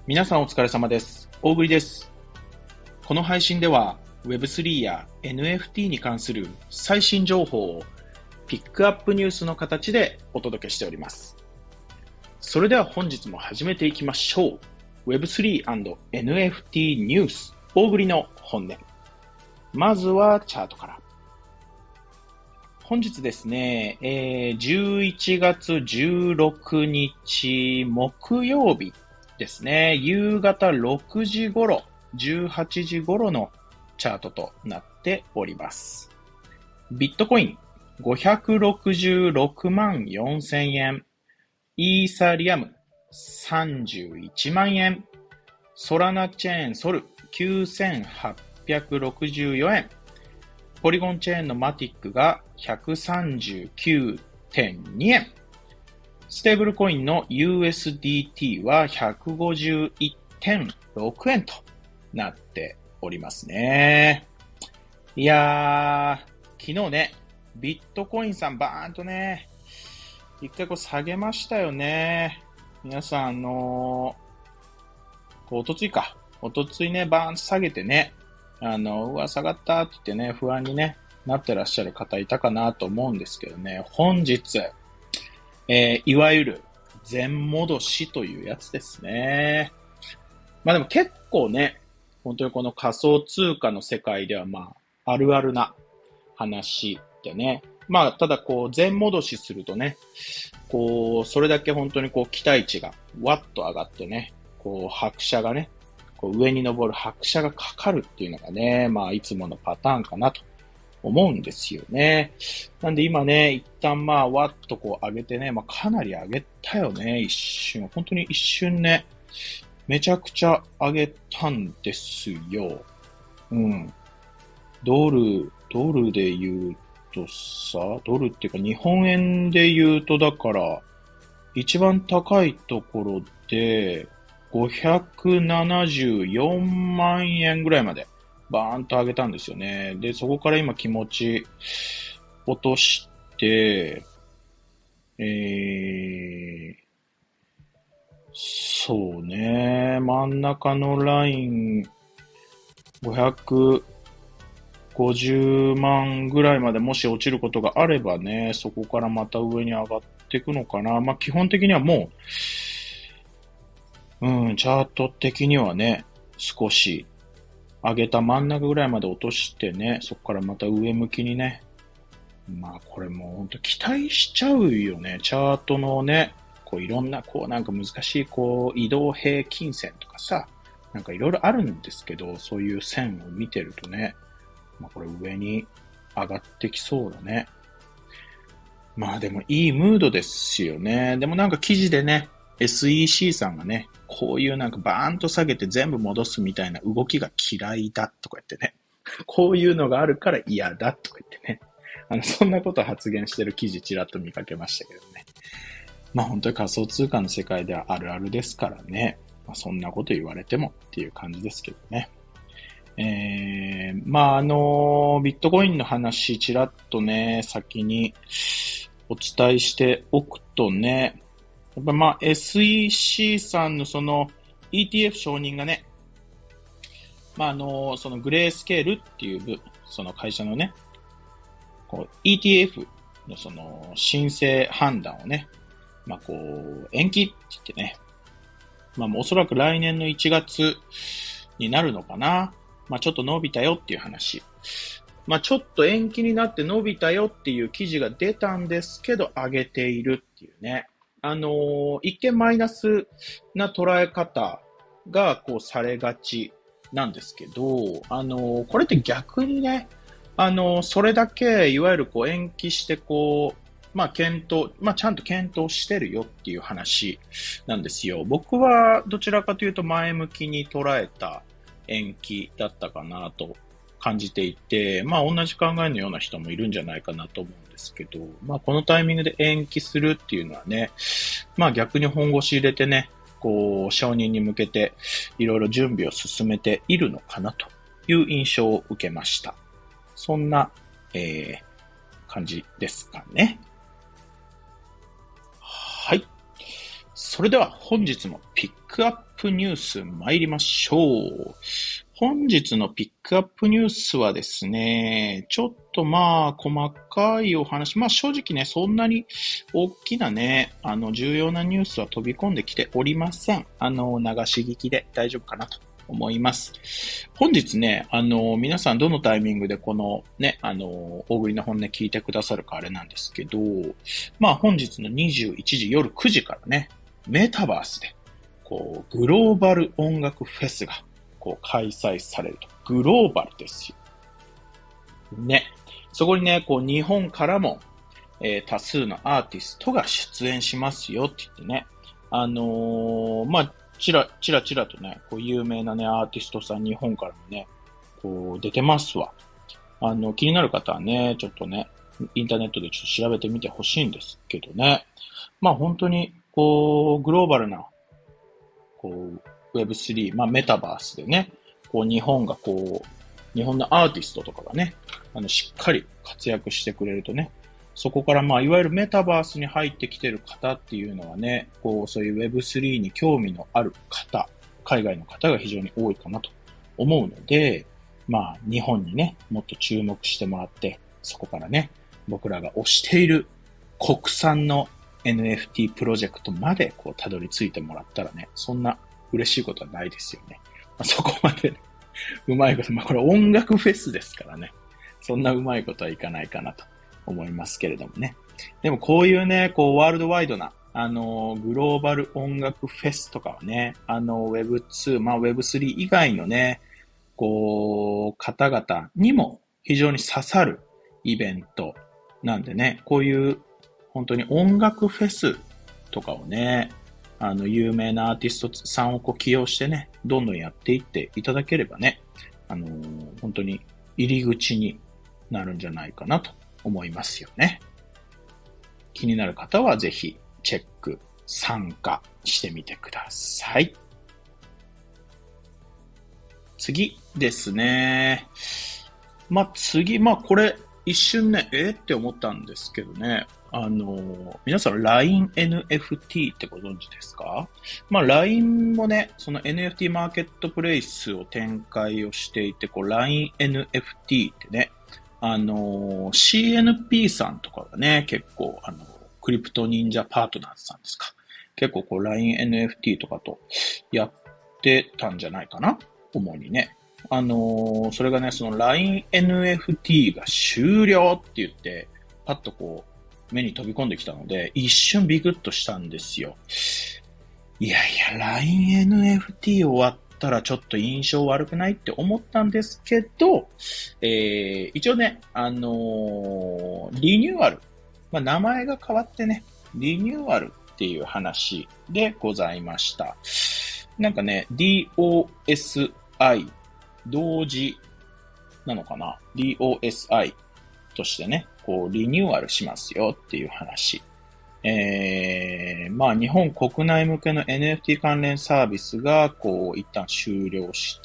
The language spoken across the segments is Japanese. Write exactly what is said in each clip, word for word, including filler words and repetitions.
皆さんお疲れ様です。大栗です。この配信では ウェブスリー や エヌエフティー に関する最新情報をピックアップニュースの形でお届けしております。それでは本日も始めていきましょう。ウェブスリー エヌエフティー ニュース大栗の本音。まずはチャートから。本日ですね、えー、じゅういちがつじゅうろくにち木曜日ですね、夕方ろくじ頃、じゅうはちじ頃のチャートとなっております。ビットコインごひゃくろくじゅうろくまんよんせんえん、イーサリアムさんじゅういちまんえん、ソラナチェーンソルきゅうせんはっぴゃくろくじゅうよえん、ポリゴンチェーンのマティックが ひゃくさんじゅうきゅうてんにえん、ステーブルコインの ユーエスディーティー は ひゃくごじゅういってんろくえんとなっておりますね。いやー、昨日ね、ビットコインさんバーンとね、一回こう下げましたよね。皆さん、あのー、おとついか、おとついね、バーンと下げてね、あの、うわ、下がったって言ってね、不安にね、なってらっしゃる方いたかなと思うんですけどね、本日、えー、いわゆる全戻しというやつですね。まあでも結構ね、本当にこの仮想通貨の世界ではまあ、あるあるな話でね。まあ、ただこう、全戻しするとね、こう、それだけ本当にこう、期待値がわっと上がってね、こう、拍車がね、こう上に登る拍車がかかるっていうのがね、まあ、いつものパターンかなと思うんですよね。なんで今ね、一旦まあ、わっとこう上げてね、まあかなり上げたよね、一瞬。本当に一瞬ね、めちゃくちゃ上げたんですよ。うん。ドル、ドルで言うとさ、ドルっていうか日本円で言うとだから、一番高いところで、ごひゃくななじゅうよんまんえんぐらいまでバーンと上げたんですよね。で、そこから今気持ち落として、えー、そうね、真ん中のラインごひゃくごじゅうまんぐらいまでもし落ちることがあればね、そこからまた上に上がっていくのかな。まあ基本的にはもう、うん、チャート的にはね、少し上げた真ん中ぐらいまで落としてね、そこからまた上向きにね。まあこれもうほんと期待しちゃうよね。チャートのね、こういろんなこうなんか難しいこう移動平均線とかさ、なんかいろいろあるんですけど、そういう線を見てるとね、まあこれ上に上がってきそうだね。まあでもいいムードですよね。でもなんか記事でね、エスイーシー さんがね、こういうなんかバーンと下げて全部戻すみたいな動きが嫌いだとか言ってね、こういうのがあるから嫌だとか言ってね、あの、そんなこと発言してる記事ちらっと見かけましたけどね。まあ本当に仮想通貨の世界ではあるあるですからね、まあそんなこと言われてもっていう感じですけどね。えー、まああの、ビットコインの話ちらっとね、先にお伝えしておくとね、やっぱまあ エスイーシー さんのその イーティーエフ 承認がね、まああの、そのグレースケールっていう部、その会社のね、こう イーティーエフ のその申請判断をね、まあこう延期って言ってね、まあもうおそらく来年のいちがつになるのかな。まあちょっと伸びたよっていう話。まあちょっと延期になって伸びたよっていう記事が出たんですけど、上げているっていうね。あのー、一見マイナスな捉え方がこうされがちなんですけど、あのー、これって逆にね、あのー、それだけいわゆるこう延期してこう、まあ検討、まあちゃんと検討してるよっていう話なんですよ。僕はどちらかというと前向きに捉えた延期だったかなと感じていて、まあ同じ考えのような人もいるんじゃないかなと思うんですけど、まあこのタイミングで延期するっていうのはね、まあ逆に本腰入れてね、こう承認に向けていろいろ準備を進めているのかなという印象を受けました。そんな、えー、感じですかね。はい。 それでは本日のピックアップニュース参りましょう。本日のピックアップニュースはですね、ちょっとまあ細かいお話、まあ正直ね、そんなに大きなね、あの重要なニュースは飛び込んできておりません。あの流し聞きで大丈夫かなと思います。本日ね、あの皆さんどのタイミングでこのね、あの大栗の本音聞いてくださるかあれなんですけど、まあ本日のにじゅういちじ夜くじからね、メタバースでこうグローバル音楽フェスがこう開催されると。グローバルですよ。ね。そこにね、こう日本からも、えー、多数のアーティストが出演しますよって言ってね。あのー、まあ、ちら、ちらちらとね、こう有名なね、アーティストさん日本からもね、こう出てますわ。あの、気になる方はね、ちょっとね、インターネットでちょっと調べてみてほしいんですけどね。まあ本当に、こう、グローバルな、こう、ウェブスリー、まあメタバースでね、こう日本がこう、日本のアーティストとかがね、あの、しっかり活躍してくれるとね、そこからまあ、いわゆるメタバースに入ってきてる方っていうのはね、こう、そういう ウェブスリー に興味のある方、海外の方が非常に多いかなと思うので、まあ、日本にね、もっと注目してもらって、そこからね、僕らが推している国産の エヌエフティー プロジェクトまでこう、たどり着いてもらったらね、そんな嬉しいことはないですよね。まあ、そこまで、ね、うまいこと、まあこれ音楽フェスですからね。そんなうまいことはいかないかなと思いますけれどもね。でもこういうね、こうワールドワイドな、あの、グローバル音楽フェスとかはね、あの、ウェブツー、まあ ウェブスリー 以外のね、こう、方々にも非常に刺さるイベントなんでね、こういう本当に音楽フェスとかをね、あの、有名なアーティストさんをこう起用してね、どんどんやっていっていただければね、あのー、本当に入り口になるんじゃないかなと思いますよね。気になる方はぜひチェック、参加してみてください。次ですね。まあ、次、まあ、これ、一瞬ね、えー、って思ったんですけどね。あの、皆さん ラインエヌエフティー ってご存知ですか？まあ ライン もね、その エヌエフティー マーケットプレイスを展開をしていて、こう ラインエヌエフティー ってね、あの、シーエヌピー さんとかがね、結構、あの、クリプト忍者パートナーズさんですか。結構こう ラインエヌエフティー とかとやってたんじゃないかな？主にね。あのー、それがね、その ラインエヌエフティー が終了って言って、パッとこう、目に飛び込んできたので、一瞬ビクッとしたんですよ。いやいや、ラインエヌエフティー 終わったらちょっと印象悪くないって思ったんですけど、えー、一応ね、あのー、リニューアル、まあ、名前が変わってね、リニューアルっていう話でございました。なんかね、ディーオーエスアイ、同時なのかな ?ディーオーエスアイ としてね、こう、リニューアルしますよっていう話。えー、まあ、日本国内向けの エヌエフティー 関連サービスが、こう、一旦終了して、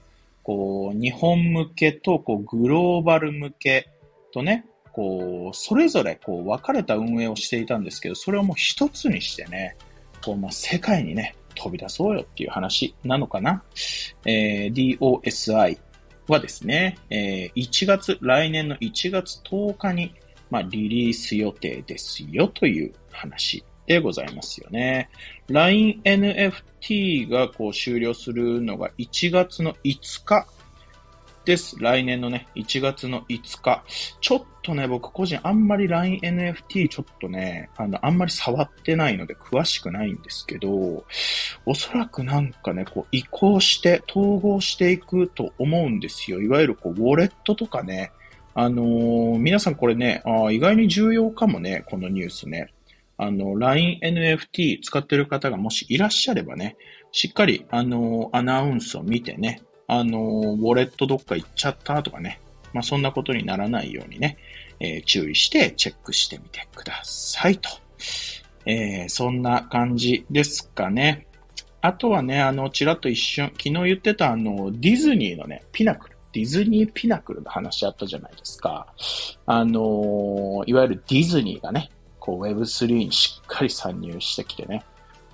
こう、日本向けと、こう、グローバル向けとね、こう、それぞれ、こう、分かれた運営をしていたんですけど、それをもう一つにしてね、こう、まあ、世界にね、飛び出そうよっていう話なのかな。えー、ディーオーエスアイ はですね、えー、いちがつ、来年のいちがつとおかに、まあ、リリース予定ですよという話でございますよね。ラインエヌエフティー がこう終了するのがいちがつのいつかです。来年のね、いちがつのいつか。ちょっとね、僕個人あんまり ラインエヌエフティー ちょっとね、あの、あんまり触ってないので詳しくないんですけど、おそらくなんかね、こう移行して統合していくと思うんですよ。いわゆるこう、ウォレットとかね、あのー、皆さんこれね、あ、意外に重要かもね、このニュースね。あの、ラインエヌエフティー 使ってる方がもしいらっしゃればね、しっかり、あのー、アナウンスを見てね、あの、ウォレットどっか行っちゃったとかね。まあ、そんなことにならないようにね、えー、注意してチェックしてみてくださいと。えー、そんな感じですかね。あとはね、あの、ちらっと一瞬、昨日言ってたあの、ディズニーのね、ピナクル、ディズニーピナクルの話あったじゃないですか。あの、いわゆるディズニーがね、こう ウェブスリー にしっかり参入してきてね、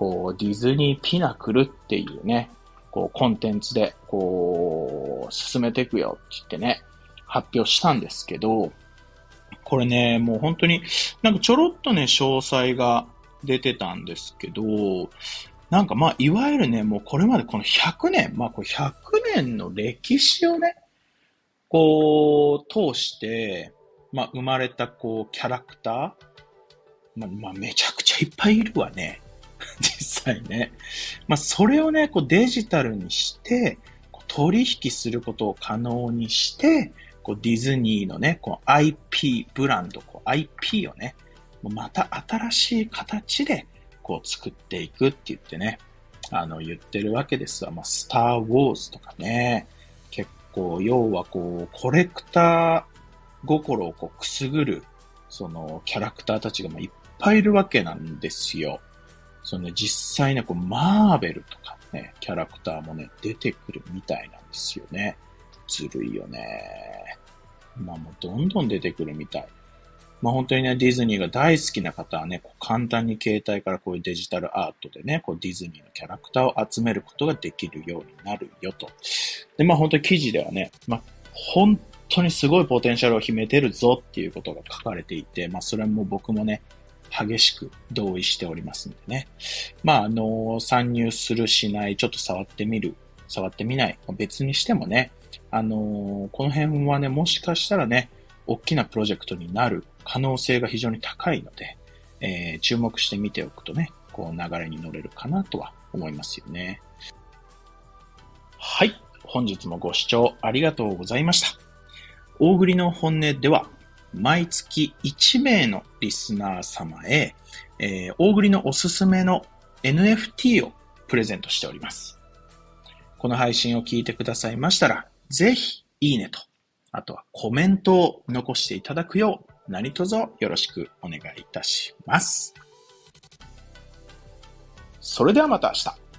こう、ディズニーピナクルっていうね、こう、コンテンツで、こう、進めていくよって言ってね、発表したんですけど、これね、もう本当に、なんかちょろっとね、詳細が出てたんですけど、なんかまあ、いわゆるね、もうこれまでこのひゃくねん、まあこれひゃくねんの歴史をね、こう、通して、まあ生まれたこう、キャラクター、まあ、まあめちゃくちゃいっぱいいるわね。実際ね。まあそれをね、こうデジタルにして、こう取引することを可能にして、こうディズニーのね、こう アイピー ブランド、こう アイピー をね、また新しい形でこう作っていくって言ってね、あの言ってるわけですわ。まあ、スター・ウォーズとかね、結構要はこうコレクター心をこうくすぐるそのキャラクターたちがまあいっぱいいるわけなんですよ。そのね、実際ね、こうマーベルとかね、キャラクターもね、出てくるみたいなんですよね。ずるいよね。まあもうどんどん出てくるみたい。まあ本当にね、ディズニーが大好きな方はね、こう簡単に携帯からこういうデジタルアートでね、こうディズニーのキャラクターを集めることができるようになるよと。で、まあ本当に記事ではね、まあ本当にすごいポテンシャルを秘めてるぞっていうことが書かれていて、まあそれはもう僕もね、激しく同意しておりますんでね。まああの、参入するしない、ちょっと触ってみる、触ってみない、別にしてもね、あの、この辺はね、もしかしたらね、大きなプロジェクトになる可能性が非常に高いので、えー、注目して見ておくとね、こう流れに乗れるかなとは思いますよね。はい。本日もご視聴ありがとうございました。大栗の本音では、毎月いち名のリスナー様へ、えー、大栗のおすすめの エヌエフティー をプレゼントしております。この配信を聞いてくださいましたら、ぜひいいねと、あとはコメントを残していただくよう、何卒よろしくお願いいたします。それではまた明日。